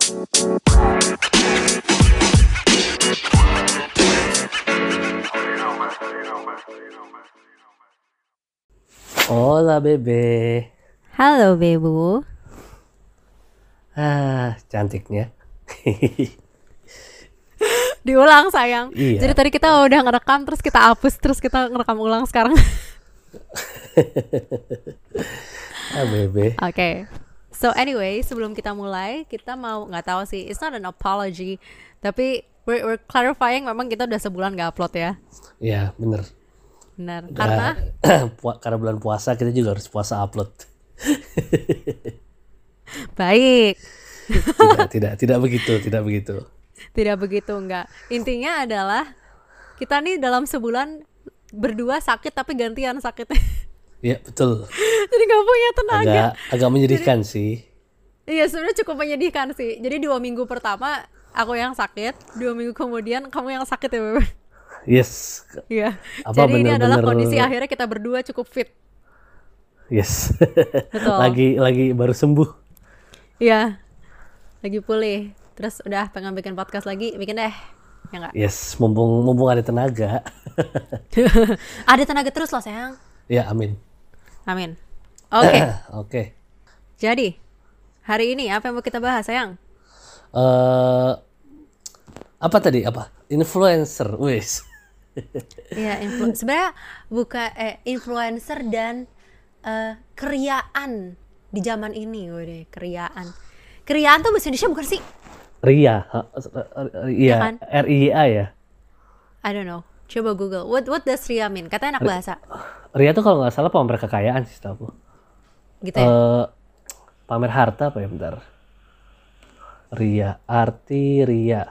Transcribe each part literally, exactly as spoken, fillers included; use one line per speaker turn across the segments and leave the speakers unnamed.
Hola bebe.
Halo Bebu.
Ah, cantiknya.
Diulang sayang.
Iya.
Jadi tadi kita udah ngerekam terus kita hapus terus kita ngerekam ulang sekarang.
Ah bebe.
Oke. Okay. So anyway, sebelum kita mulai, kita mau nggak tahu sih, it's not an apology, tapi we're, we're clarifying memang kita udah sebulan nggak upload ya.
Iya bener.
Benar.
Udah,
Karena
pu- karena bulan puasa kita juga harus puasa upload.
baik.
Tidak, tidak, tidak begitu, tidak begitu.
Tidak begitu enggak. Intinya adalah kita nih dalam sebulan berdua sakit tapi gantian sakitnya.
Iya betul.
Jadi nggak punya tenaga.
Agak, agak menyedihkan sih.
Iya sebenarnya cukup menyedihkan sih. Jadi dua minggu pertama aku yang sakit, dua minggu kemudian kamu yang sakit ya Bebe.
Yes.
Iya.
Apa
Jadi ini adalah
bener-bener-
kondisi akhirnya kita berdua cukup fit.
Yes.
Betul.
lagi, lagi baru sembuh.
Iya. Lagi pulih. Terus udah pengen bikin podcast lagi, bikin deh. Ya enggak?
Yes, mumpung, mumpung ada tenaga.
Ada tenaga terus loh sayang.
Ya amin.
Amin. Oke.
Oke.
Jadi hari ini apa yang mau kita bahas sayang?
Eh, apa tadi? Apa? Influencer, wes.
Iya, influ- sebenarnya bukan eh, influencer dan eh, keriaan di zaman ini, wede, keriaan. Keriaan tuh bahasa Indonesia bukan sih?
Ria, ha- iya,
Ya kan?
R I A ya.
I don't know. Coba Google. What what does Ria mean? Katanya anak bahasa.
Ria tuh kalau nggak salah pamer kekayaan sih setahu aku.
Gitu ya.
Eh, pamer harta apa ya bentar? Ria, arti Ria.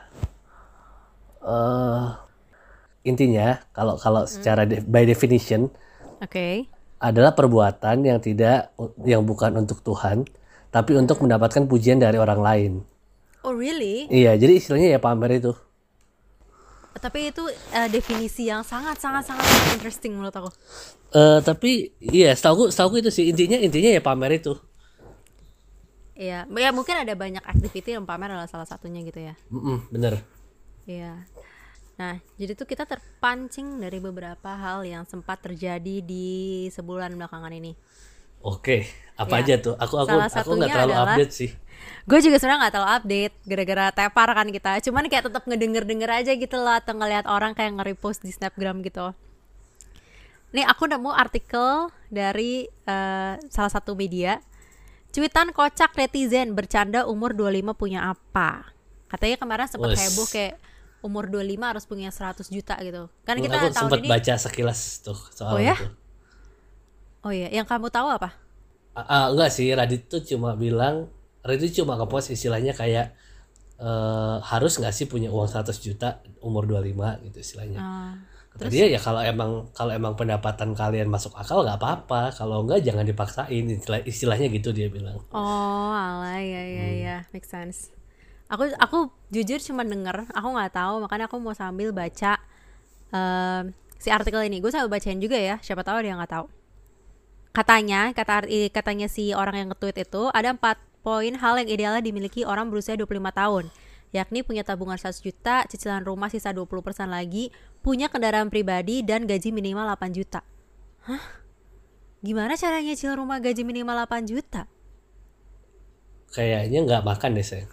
Eh, intinya kalau kalau secara de- by definition
Oke.
adalah perbuatan yang tidak yang bukan untuk Tuhan, tapi untuk mendapatkan pujian dari orang lain.
Oh really?
Iya, jadi istilahnya ya pamer itu.
Tapi itu eh, definisi yang sangat sangat sangat interesting menurut aku.
Eh, tapi iya, setahu setahu itu sih intinya intinya ya pamer itu.
Iya, ya mungkin ada banyak activity yang pamer adalah salah satunya gitu ya.
Mm-mm, bener.
Iya. Nah, jadi tuh kita terpancing dari beberapa hal yang sempat terjadi di sebulan belakangan ini.
Oke, apa
Ya.
aja tuh? Aku aku
Salah
aku
satunya
nggak terlalu
adalah-
update sih.
Gue juga sebenarnya nggak terlalu update gara-gara tepar kan kita. Cuman kayak tetap ngedenger-denger aja gitu lah atau ngeliat orang kayak nge-repost di Snapgram gitu. Nih aku nemu artikel dari eh, salah satu media. Cuitan kocak netizen bercanda umur dua puluh lima punya apa? Katanya kemarin sempat
Wes.
heboh kayak umur dua puluh lima harus punya seratus juta gitu. Kan kita
Aku
tahun
sempat
ini.
baca sekilas tuh soal
Oh ya?
itu.
Oh iya, yang kamu tahu apa?
Ah, ah, enggak sih, Radit tuh cuma bilang, Radit cuma ngepost istilahnya kayak eh, harus nggak sih punya uang seratus juta umur dua puluh lima gitu istilahnya.
Ah,
Kata dia ya kalau emang kalau emang pendapatan kalian masuk akal nggak apa-apa, kalau enggak jangan dipaksain, istilah, istilahnya gitu dia bilang.
Oh, alah ya ya ya, make sense. Aku aku jujur cuma denger, aku nggak tahu, makanya aku mau sambil baca em, si artikel ini. Gue sambil bacain juga ya, siapa tahu dia nggak tahu. Katanya, kata arti- katanya si orang yang nge-tweet itu ada empat poin hal yang idealnya dimiliki orang berusia dua puluh lima tahun, yakni punya tabungan seratus juta, cicilan rumah sisa dua puluh persen lagi, punya kendaraan pribadi dan gaji minimal delapan juta. Hah? Gimana caranya nyicil rumah gaji minimal delapan juta?
Kayaknya nggak makan deh sayang.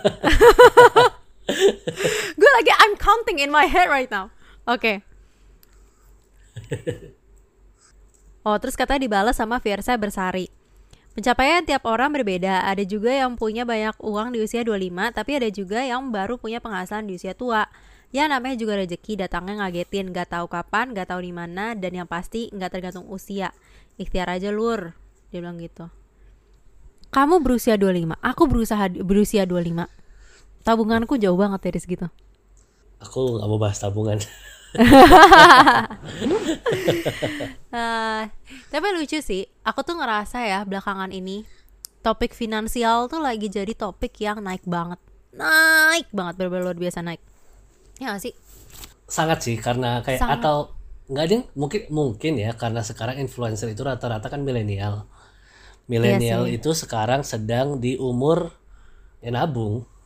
Gue lagi I'm counting in my head right now. Oke. Oh, terus katanya dibalas sama Fiersa Bersari. Pencapaian tiap orang berbeda. Ada juga yang punya banyak uang di usia dua puluh lima, tapi ada juga yang baru punya penghasilan di usia tua. Ya namanya juga rezeki, datangnya ngagetin, gak tahu kapan, gak tahu di mana, dan yang pasti nggak tergantung usia. Ikhtiar aja lur, dia bilang gitu. Kamu berusia dua puluh lima, aku berusaha berusia dua puluh lima. Tabunganku jauh banget dari segitu.
Aku nggak mau bahas tabungan.
Uh, tapi lucu sih, aku tuh ngerasa ya belakangan ini topik finansial tuh lagi jadi topik yang naik banget, naik banget, bener-bener luar biasa naik. Ya gak sih?
Sangat sih, karena kayak
Sangat.
atau nggak ding mungkin mungkin ya karena sekarang influencer itu rata-rata kan milenial. Milenial
Iya sih.
itu sekarang sedang di umur ya nabung.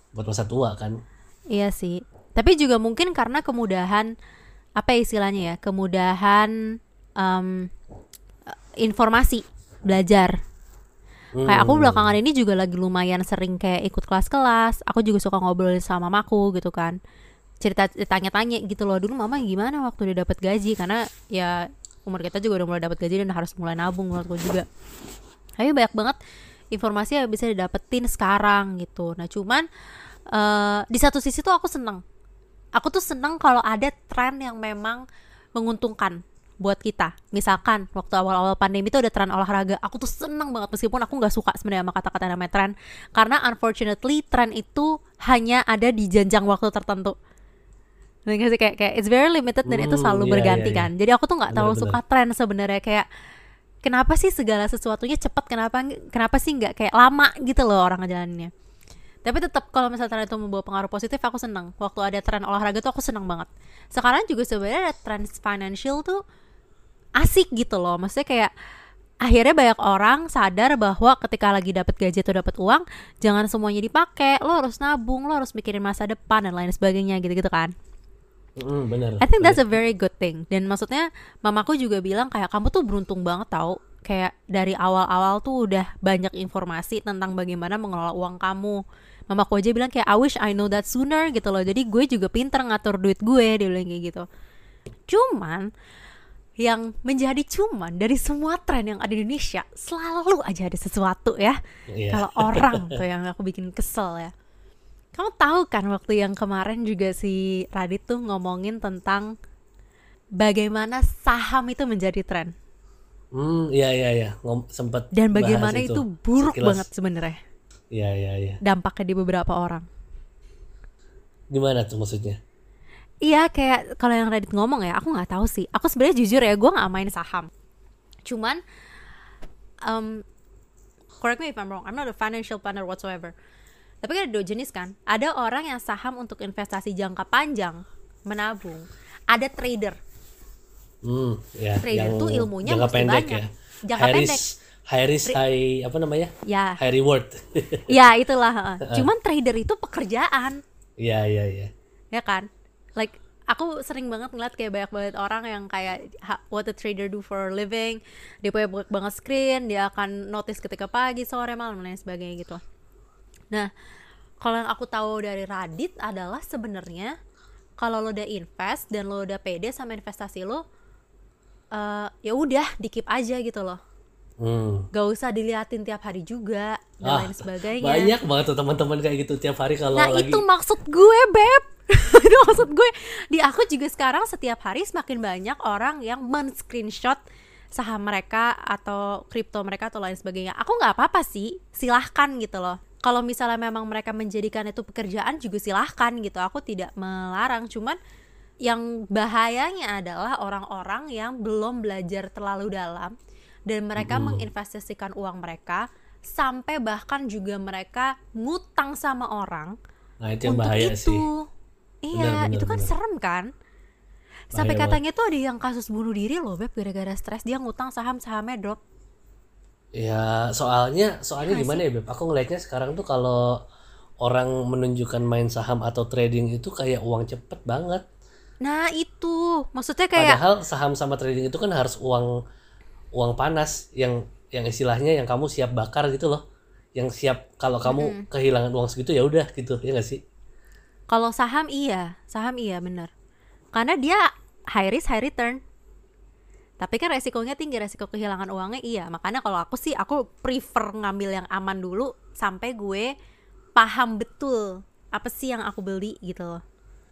buat masa tua kan.
Iya sih. Tapi juga mungkin karena kemudahan, apa ya istilahnya ya, kemudahan em, informasi belajar. Kayak aku
Hmm.
belakangan ini juga lagi lumayan sering kayak ikut kelas-kelas. Aku juga suka ngobrol sama mamaku gitu kan. Cerita tanya-tanya gitu loh. Dulu mama gimana waktu dia dapat gaji, karena ya umur kita juga udah mulai dapat gaji dan harus mulai nabung menurutku juga. Tapi banyak banget informasi yang bisa didapetin sekarang gitu. Nah, cuman eh, di satu sisi tuh aku seneng. Aku tuh seneng kalau ada tren yang memang menguntungkan buat kita. Misalkan waktu awal-awal pandemi itu ada tren olahraga, aku tuh seneng banget meskipun aku nggak suka sebenarnya sama kata-kata namanya tren, karena unfortunately tren itu hanya ada di jenjang waktu tertentu. Ngerti nggak sih? kayak kayak it's very limited dan itu
Hmm,
selalu
iya,
berganti
iya, iya.
kan. Jadi aku tuh nggak terlalu
Benar-benar.
suka tren sebenarnya. Kayak kenapa sih segala sesuatunya cepat, kenapa kenapa sih nggak kayak lama gitu loh orang ngejalaninnya. Tapi tetap kalau misalnya tren itu membawa pengaruh positif, aku seneng. Waktu ada tren olahraga tuh aku seneng banget. Sekarang juga sebenarnya ada tren financial tuh asik gitu loh. Maksudnya kayak akhirnya banyak orang sadar bahwa ketika lagi dapat gaji atau dapat uang, jangan semuanya dipakai. Lo harus nabung, lo harus mikirin masa depan dan lain sebagainya gitu-gitu kan.
Hmm, benar.
I think that's
Benar.
a very good thing. Dan maksudnya mamaku juga bilang kayak kamu tuh beruntung banget tau. Kayak dari awal-awal tuh udah banyak informasi tentang bagaimana mengelola uang kamu. Mamaku aja bilang kayak I wish I know that sooner gitu loh. Jadi gue juga pinter ngatur duit gue, dia bilang kayak gitu. Cuman yang menjadi cuman dari semua tren yang ada di Indonesia, selalu aja ada sesuatu ya.
Iya.
Kalau orang tuh yang aku bikin kesel ya. Kamu tahu kan waktu yang kemarin juga si Radit tuh ngomongin tentang bagaimana saham itu menjadi tren
Hmm, iya iya iya. Ngom sempat
dan
bahas
bagaimana
itu.
itu buruk
Sekilas.
banget sebenarnya
Iya iya iya.
dampaknya di beberapa orang.
Gimana tuh maksudnya?
Iya, kayak kalau yang Radit ngomong ya, aku nggak tahu sih. Aku sebenarnya jujur ya, gue nggak main saham. Cuman, um, correct me if I'm wrong, I'm not a financial planner whatsoever. Tapi kan ada dua jenis kan. Ada orang yang saham untuk investasi jangka panjang, menabung. Ada trader.
Hmm, ya.
Trader
Yang
tuh ilmunya
jangka
mesti
pendek
banyak.
ya.
Jangka
high
pendek.
risk, high risk,
Tri-
high apa namanya?
Ya,
High reward.
ya itulah. heeh. Cuman trader itu pekerjaan,
Iya iya iya.
ya kan? Like aku sering banget ngeliat kayak banyak banget orang yang kayak ha- what the trader do for a living. Dia punya banyak banget screen, dia akan notice ketika pagi, sore, malam dan lain sebagainya gitu. Nah, kalau yang aku tahu dari Radit adalah sebenarnya kalau lo udah invest dan lo udah pede sama investasi lo, eh, ya udah di-keep aja gitu loh.
Hmm.
Gak usah diliatin tiap hari juga dan
Ah,
lain sebagainya.
banyak banget tuh teman-teman kayak gitu tiap hari kalau
Nah
lagi.
itu maksud gue Beb. Itu maksud gue. Di aku juga sekarang setiap hari semakin banyak orang yang men-screenshot saham mereka atau kripto mereka atau lain sebagainya. Aku gak apa-apa sih, silahkan gitu loh. Kalau misalnya memang mereka menjadikan itu pekerjaan juga silahkan gitu. Aku tidak melarang. Cuman yang bahayanya adalah orang-orang yang belum belajar terlalu dalam dan mereka
Mm-mm.
menginvestasikan uang mereka sampai bahkan juga mereka ngutang sama orang
Nah itu yang
untuk
bahaya
itu.
sih.
Iya,
Benar,
itu
benar,
kan
benar.
serem kan? Sampai
Bahaya
katanya tuh ada yang kasus bunuh diri loh, Beb, gara-gara stres dia ngutang saham-sahamnya drop.
Ya soalnya soalnya
Iya nggak
gimana ya Beb? Aku ngelihatnya sekarang tuh kalau orang menunjukkan main saham atau trading itu kayak uang cepet banget.
Nah, itu maksudnya kayak
Padahal saham sama trading itu kan harus uang uang panas yang yang istilahnya yang kamu siap bakar gitu loh. Yang siap kalau kamu kehilangan uang segitu ya udah gitu, ya nggak sih?
kalau saham iya, saham iya bener. Karena dia high risk high return. Tapi kan resikonya tinggi, resiko kehilangan uangnya iya. Makanya kalau aku sih aku prefer ngambil yang aman dulu sampai gue paham betul apa sih yang aku beli gitu loh.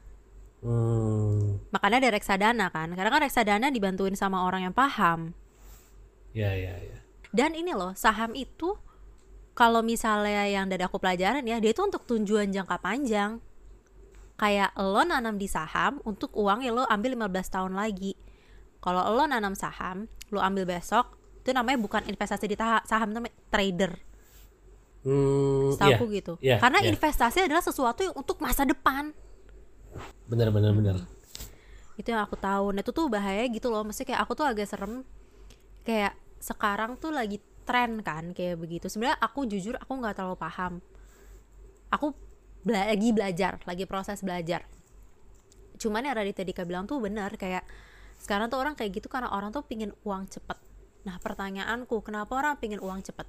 Hmm,
Makanya ada reksadana kan. Karena kan reksadana dibantuin sama orang yang paham.
ya ya ya.
Dan ini loh, saham itu kalau misalnya yang dari aku pelajaran ya, dia itu untuk tujuan jangka panjang. Kayak lo nanam di saham untuk uang yang lo ambil lima belas tahun lagi. Kalau lo nanam saham, lo ambil besok, itu namanya bukan investasi di taha- saham, namanya trader.
Hmm,
Setahu
iya,
gitu.
iya,
Karena
iya.
investasi adalah sesuatu yang untuk masa depan.
Benar benar benar.
Itu yang aku tahu. Nah itu tuh bahaya gitu loh. Maksudnya kayak aku tuh agak serem. Kayak sekarang tuh lagi tren kan kayak begitu. Sebenarnya aku jujur aku nggak terlalu paham. Aku bela- lagi belajar, lagi proses belajar. Cuman yang Raditya Dika bilang tuh benar, kayak sekarang tuh orang kayak gitu karena orang tuh pingin uang cepet. Nah pertanyaanku, kenapa orang pingin uang cepet?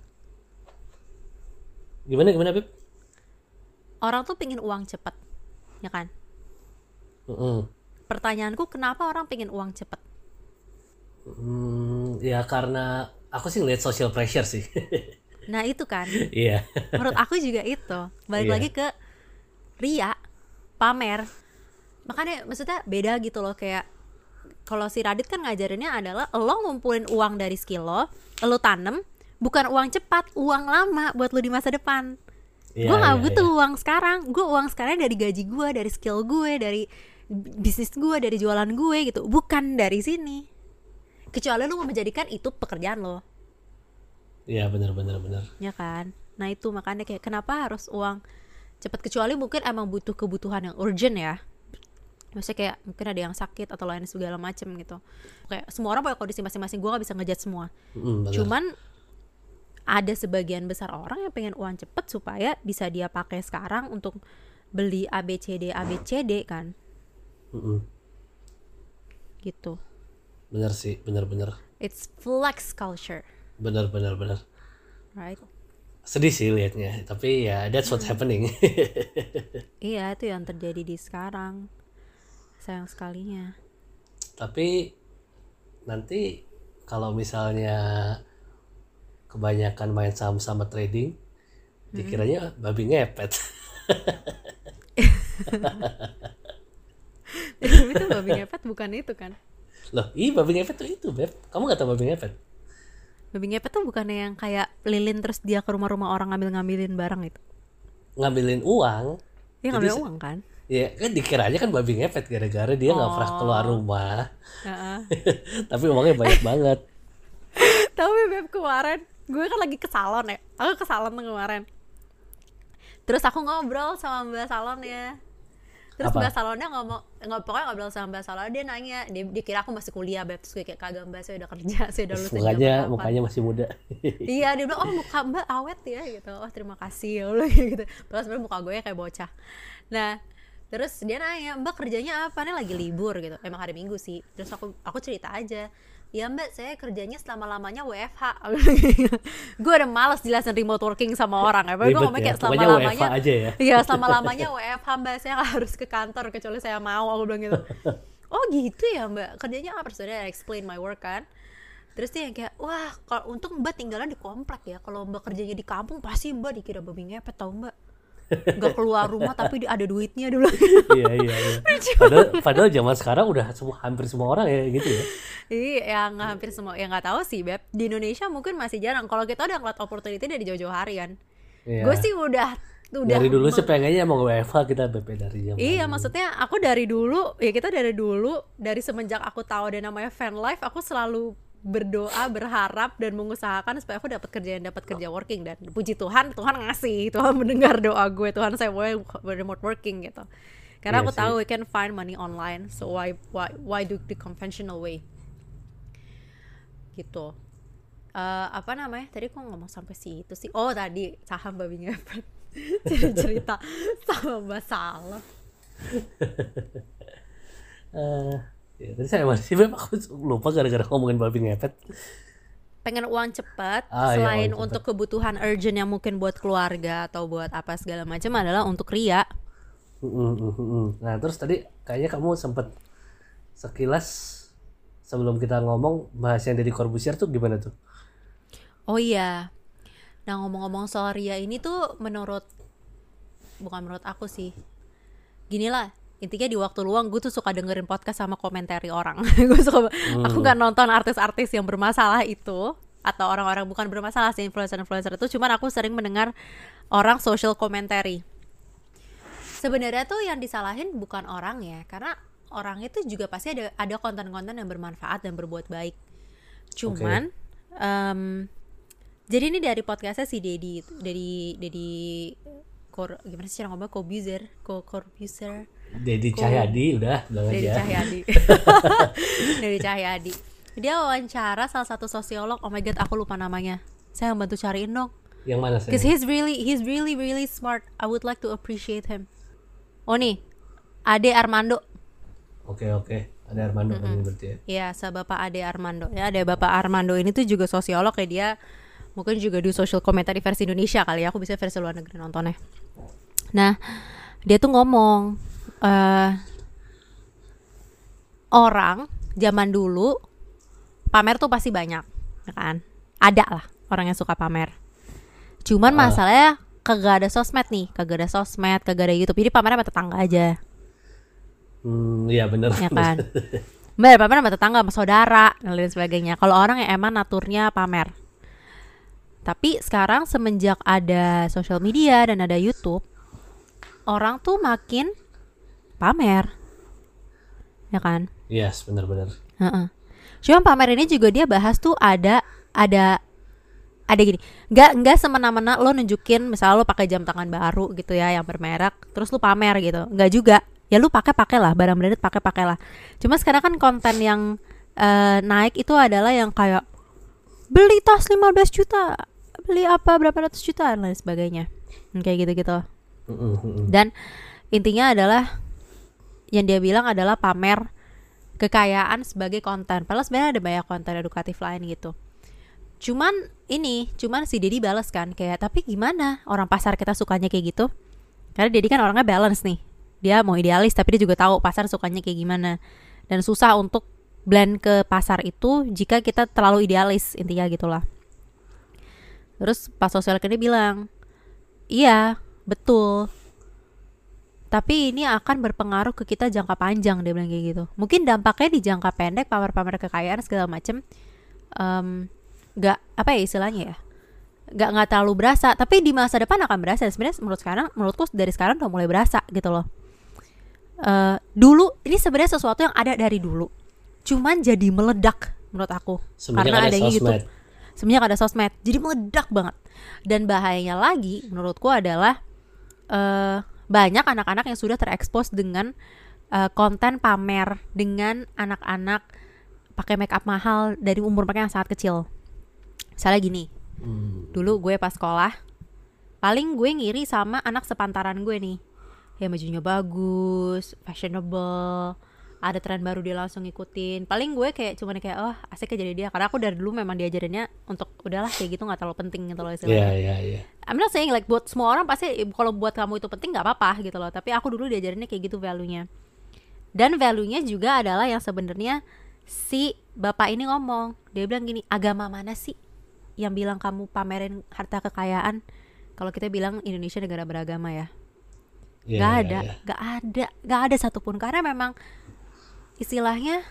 Gimana gimana Beb?
Orang tuh pingin uang cepet, ya kan?
Mm-mm.
Pertanyaanku, kenapa orang pingin uang cepet?
Hmm, ya karena aku sih ngeliat social pressure sih.
Nah itu kan,
Iya.
menurut aku juga itu. Balik
Iya.
lagi ke ria, pamer. Makanya maksudnya beda gitu loh, kayak kalau si Radit kan ngajarinnya adalah lo ngumpulin uang dari skill lo, lo tanem, bukan uang cepat, uang lama buat lo di masa depan.
Iya,
Gue nggak
iya,
butuh
iya.
uang sekarang, gue uang sekarang dari gaji gue, dari skill gue, dari bisnis gue, dari jualan gue gitu, bukan dari sini. Kecuali lo mau menjadikan itu pekerjaan lo,
Iya benar benar benar.
ya kan? Nah itu makanya kayak kenapa harus uang cepat, kecuali mungkin emang butuh kebutuhan yang urgent ya. Maksudnya kayak mungkin ada yang sakit atau lain segala macem gitu. Kayak semua orang punya kondisi masing-masing, gue gak bisa ngejudge semua.
Mm, benar.
Cuman ada sebagian besar orang yang pengen uang cepet supaya bisa dia pakai sekarang untuk beli A B C D A B C D kan,
Mm-mm.
gitu.
Benar sih, benar benar.
It's flex culture,
Benar benar benar.
right?
Sedih sih liatnya, tapi ya that's what's happening.
Iya itu yang terjadi di sekarang, sayang sekalinya.
Tapi nanti kalau misalnya kebanyakan main saham sama trading, dikiranya babi ngepet.
Itu babi ngepet bukan itu kan?
Loh, ih babi ngepet tuh itu, Beb. Kamu gak tahu babi ngepet?
Babi ngepet tuh bukannya yang kayak lilin terus dia ke rumah-rumah orang ngambil-ngambilin barang itu?
Ngambilin uang.
Dia
Jadi
ngambil
se-
uang kan?
Ya kan dikiranya kan babi ngepet gara-gara dia nggak pernah keluar rumah.
Heeh.
Tapi uangnya banyak banget.
Tapi Beb, kemarin gue kan lagi ke salon ya, aku ke salon tuh kemarin. Terus aku ngobrol sama mbak salonnya. Terus
Apa?
mbak salonnya ngomong, nggak pokoknya ngobrol sama mbak salon, dia nanya, dia, dia kira aku masih kuliah Beb. Terus gue kayak, kagak mbak, saya udah kerja, saya udah lulus dari
Mukanya
zaman kapan."
mukanya masih muda.
Iya, dia bilang, oh muka mbak awet ya gitu. Oh terima kasih ya Allah gitu. Terus sebenarnya muka gue kayak bocah. Nah terus dia nanya, mbak kerjanya apa? Nih lagi libur gitu, emang hari Minggu sih. Terus aku aku cerita aja, ya mbak saya kerjanya selama lamanya W F H. Gue udah males jelasin remote working sama orang ya, gue
Ribet
ngomong
ya.
kayak selama
Pokoknya W F H
lamanya
aja ya.
iya selama lamanya W F H mbak, saya nggak harus ke kantor kecuali saya mau, aku bilang gitu. Oh gitu ya mbak, kerjanya apa? Terus dia explain my work kan. Terus dia yang kayak, wah kalau untung mbak tinggalnya di komplek ya, kalau mbak kerjanya di kampung pasti mbak dikira babi ngepet tau mbak, nggak keluar rumah tapi ada duitnya dulu.
Iya iya iya. Padahal padahal zaman sekarang udah semua hampir semua orang ya gitu ya.
Iya, yang hampir semua, yang nggak tahu sih Beb. Di Indonesia mungkin masih jarang. Kalau kita udah ngeliat opportunity dari jauh-jauh hari kan.
Iya.
Gue sih udah, udah.
Dari dulu
me-
sih pengennya emang W F H kita B P dari zaman.
Iya,
dulu.
maksudnya aku dari dulu, ya kita dari dulu, dari semenjak aku tahu ada namanya fan life, aku selalu berdoa, berharap dan mengusahakan supaya aku dapat kerjaan, dapat kerja working, dan puji Tuhan, Tuhan ngasih, Tuhan mendengar doa gue, Tuhan saya mau remote working gitu. Karena
Iya
aku
sih.
tahu we can find money online, so why why why do the conventional way? Gitu. Eh, apa namanya? Tadi kok ngomong sampai situ sih? Oh tadi saham babi ngepet. Cerita sama Mbak Salah.
Eh, ya, tadi saya masih Beb, aku lupa gara-gara ngomongin babi ngepet.
Pengen uang cepat,
Ah, iya,
selain
uang cepet.
untuk kebutuhan urgent yang mungkin buat keluarga atau buat apa segala macam, adalah untuk ria.
Mm, mm, mm, mm. Nah terus tadi kayaknya kamu sempet sekilas sebelum kita ngomong bahas yang Deddy Corbuzier tuh gimana tuh?
Oh iya. Nah ngomong-ngomong soal ria ini tuh menurut, bukan menurut aku sih, gini lah, intinya di waktu luang gue tuh suka dengerin podcast sama komentari orang. Gue suka, aku nggak nonton artis-artis yang bermasalah itu atau orang-orang, bukan bermasalah sih, influencer-influencer itu, cuman aku sering mendengar orang social commentary. Sebenarnya tuh yang disalahin bukan orang ya, karena orang itu juga pasti ada ada konten-konten yang bermanfaat dan berbuat baik. Cuman em, jadi ini dari podcastnya si Deddy, Deddy, Deddy, Kor, gimana sih cara ngomong, Corbuzier, Ko Corbuzier,
Deddy
Ko-
Cahyadi udah bilang
Deddy
aja.
Cahyadi, Deddy Cahyadi. Dia wawancara salah satu sosiolog, oh my god aku lupa namanya, saya bantu cariin dong.
Yang mana
Cause
sayang?
he's really he's really really smart. I would like to appreciate him. Oh nih, Ade Armando.
Oke oke, ada Armando kan ini berarti ya.
Ya, sebapak Ade Armando. Ya, ada Bapak Armando ini tuh juga sosiolog ya, dia mungkin juga di social commentary versi Indonesia kali ya. Aku bisa versi luar negeri nontonnya. Nah, dia tuh ngomong eh orang zaman dulu pamer tuh pasti banyak, ya kan? Ada lah orang yang suka pamer. Cuman
Ah.
masalahnya kagak ada sosmed nih, kagak ada sosmed, kagak ada YouTube. Jadi pamernya sama tetangga aja,
Hmm, iya bener.
ya kan? Bener, pamer sama tetangga, sama saudara dan lain sebagainya. Kalau orang yang emang naturnya pamer. Tapi sekarang semenjak ada social media dan ada YouTube, orang tuh makin pamer, ya kan?
Yes, bener-bener.
Heeh. Cuma pamer ini juga dia bahas tuh ada ada ada gini, nggak nggak semena-mena lo nunjukin misalnya lo pakai jam tangan baru gitu ya yang bermerek, terus lo pamer gitu, nggak juga. Ya lu pakai pakai lah barang branded, pakai pakai lah. Cuma sekarang kan konten yang eh, naik itu adalah yang kayak beli tas lima belas juta, beli apa berapa ratus juta dan lain sebagainya, kayak gitu-gitu.
Mm-mm, mm-mm.
Dan intinya adalah yang dia bilang adalah pamer kekayaan sebagai konten. Padahal sebenarnya ada banyak konten edukatif lain gitu. Cuman ini, cuman si Dedi balas kan kayak, tapi gimana orang pasar kita sukanya kayak gitu? Karena Dedi kan orangnya balance nih. Dia mau idealis tapi dia juga tahu pasar sukanya kayak gimana. Dan susah untuk blend ke pasar itu jika kita terlalu idealis, intinya gitulah. Terus pas sosial ini bilang, iya betul, tapi ini akan berpengaruh ke kita jangka panjang, dia bilang kayak gitu. Mungkin dampaknya di jangka pendek pamer-pamer kekayaan segala macem um, gak apa ya istilahnya ya, gak nggak terlalu berasa, tapi di masa depan akan berasa. Sebenarnya menurut sekarang, menurutku dari sekarang udah mulai berasa gitu loh. Uh, dulu ini sebenarnya sesuatu yang ada dari dulu, cuman jadi meledak menurut aku
Semenjak
karena
ada
adanya
sosmed.
YouTube. Semenjak ada sosmed, jadi meledak banget. Dan bahayanya lagi menurutku adalah uh, banyak anak-anak yang sudah terekspos dengan uh, konten pamer dengan anak-anak pakai make up mahal dari umur mereka yang sangat kecil. Misalnya gini,
Hmm.
dulu gue pas sekolah paling gue ngiri sama anak sepantaran gue nih, yang bajunya bagus, fashionable, ada tren baru dia langsung ngikutin. Paling gue kayak cuman kayak oh asik aja jadi dia, karena aku dari dulu memang diajarinnya untuk udahlah kayak gitu nggak terlalu penting gitu loh
Iya
istilahnya.
iya iya.
I'm not saying like buat semua orang pasti kalau buat kamu itu penting nggak apa-apa gitu loh, tapi aku dulu diajarinnya kayak gitu value-nya. Dan value-nya juga adalah yang sebenarnya si bapak ini ngomong, dia bilang gini, agama mana sih yang bilang kamu pamerin harta kekayaan? Kalau kita bilang Indonesia negara beragama ya,
Iya,
nggak
iya,
ada,
iya.
nggak ada, nggak ada satupun, karena memang istilahnya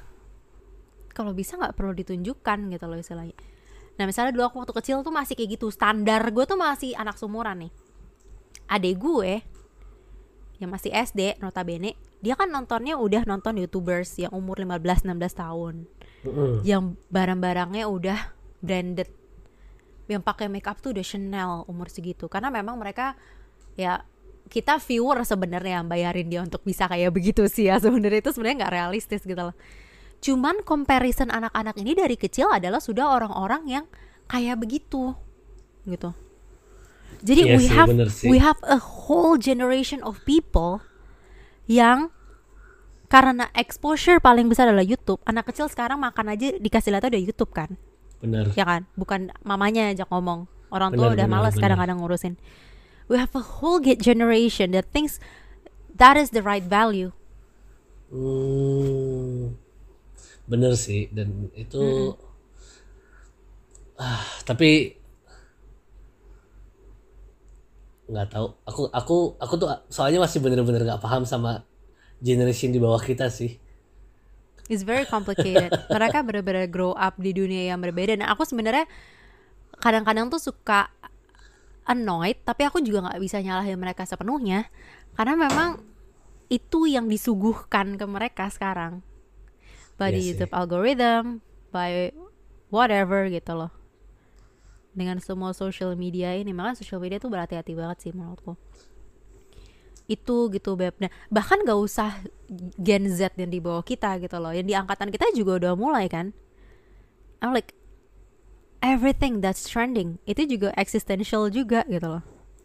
kalau bisa nggak perlu ditunjukkan gitu loh istilahnya. Nah misalnya dulu aku waktu kecil tuh masih kayak gitu, standar gue tuh masih anak seumuran nih. Adek gue yang masih S D notabene, dia kan nontonnya udah nonton YouTubers yang umur lima belas enam belas tahun,
Mm-mm.
yang barang-barangnya udah branded, yang pakai makeup tuh udah Chanel umur segitu. Karena memang mereka ya, kita viewer sebenarnya yang bayarin dia untuk bisa kayak begitu sih ya, sebenarnya itu sebenarnya nggak realistis gitu loh. Cuman comparison anak-anak ini dari kecil adalah sudah orang-orang yang kayak begitu gitu. Jadi
Iya
we
sih,
have
bener sih.
we have a whole generation of people yang karena exposure paling besar adalah YouTube. Anak kecil sekarang makan aja dikasih lihat ada YouTube kan,
Bener.
ya kan? Bukan mamanya ajak ngomong. Orang tua
Bener,
udah
bener,
malas
bener.
kadang-kadang ngurusin. We have a whole ge- generation that thinks that is the right value.
Hmm, bener sih, dan itu ah tapi nggak tahu. Aku aku aku tuh soalnya masih bener-bener nggak paham sama generation di bawah kita sih.
It's very complicated. Mereka benar-benar grow up di dunia yang berbeda. Dan aku sebenarnya kadang-kadang tuh suka annoyed, tapi aku juga nggak bisa nyalahin mereka sepenuhnya, karena memang itu yang disuguhkan ke mereka sekarang by the
Iya sih.
YouTube algorithm, by whatever gitu loh, dengan semua social media ini. Makanya social media tuh berhati-hati banget sih menurutku itu gitu Beb. Nah, bahkan gak usah Gen Z yang di bawah kita gitu loh, yang di angkatan kita juga udah mulai kan. I'm like everything that's trending itu juga existential juga gitu loh.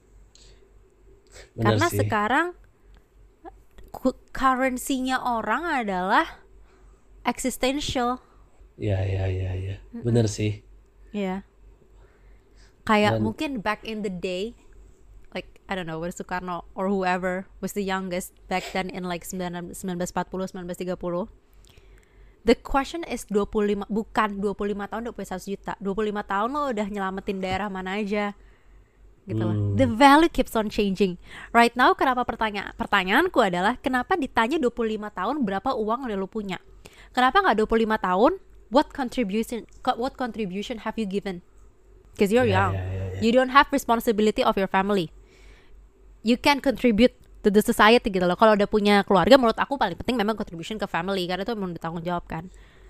Bener
Karena
sih.
sekarang ku- currency-nya orang adalah existential.
Ya ya ya ya. Bener sih.
Iya. Kayak
Dan-
mungkin back in the day, like I don't know, where Soekarno or whoever was the youngest back then in like sembilan belas empat puluh, sembilan belas tiga puluh. The question is dua puluh lima, bukan dua puluh lima tahun dua puluh satu juta. dua puluh lima tahun lo udah nyelamatin daerah mana aja. Gitu loh.
Hmm.
The value keeps on changing. Right now kenapa pertanyaan pertanyaanku adalah kenapa ditanya dua puluh lima tahun berapa uang yang lo punya? Kenapa nggak dua puluh lima tahun? What contribution what contribution have you given? Because you're
Ya,
young.
ya, ya, ya.
You don't have responsibility of your family. You can contribute to the society gitu loh. Kalau udah punya keluarga, menurut aku paling penting memang contribution ke family karena itu memang bertanggung jawab kan.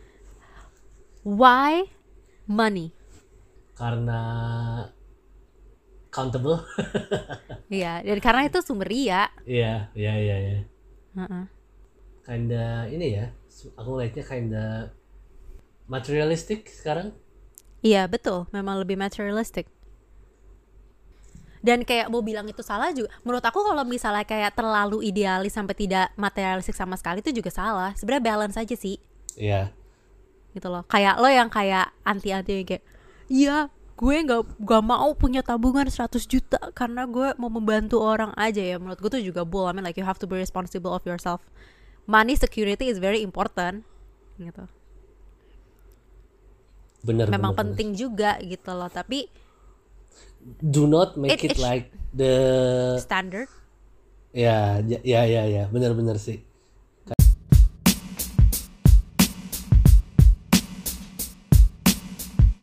Why money?
Karena countable.
Iya, dan karena itu sumber ria.
Iya iya iya iya.
Heeh.
Kinda ini ya. Aku ngeliatnya kinda materialistic sekarang.
Iya betul, memang lebih materialistic. Dan kayak mau bilang itu salah juga, menurut aku kalau misalnya kayak terlalu idealis sampai tidak materialistik sama sekali itu juga salah. Sebenarnya balance aja sih,
Iya.
gitu loh. Kayak lo yang kayak anti-anti kayak, iya gue nggak nggak mau punya tabungan seratus juta karena gue mau membantu orang aja ya. Menurut gue tuh juga bull. I mean like you have to be responsible of yourself. Money security is very important, gitu.
Bener.
Memang
bener,
penting juga gitu loh. Tapi
bener. Do not make
It-
it
it-
like the
standard.
ya ya ya ya ya benar-benar sih.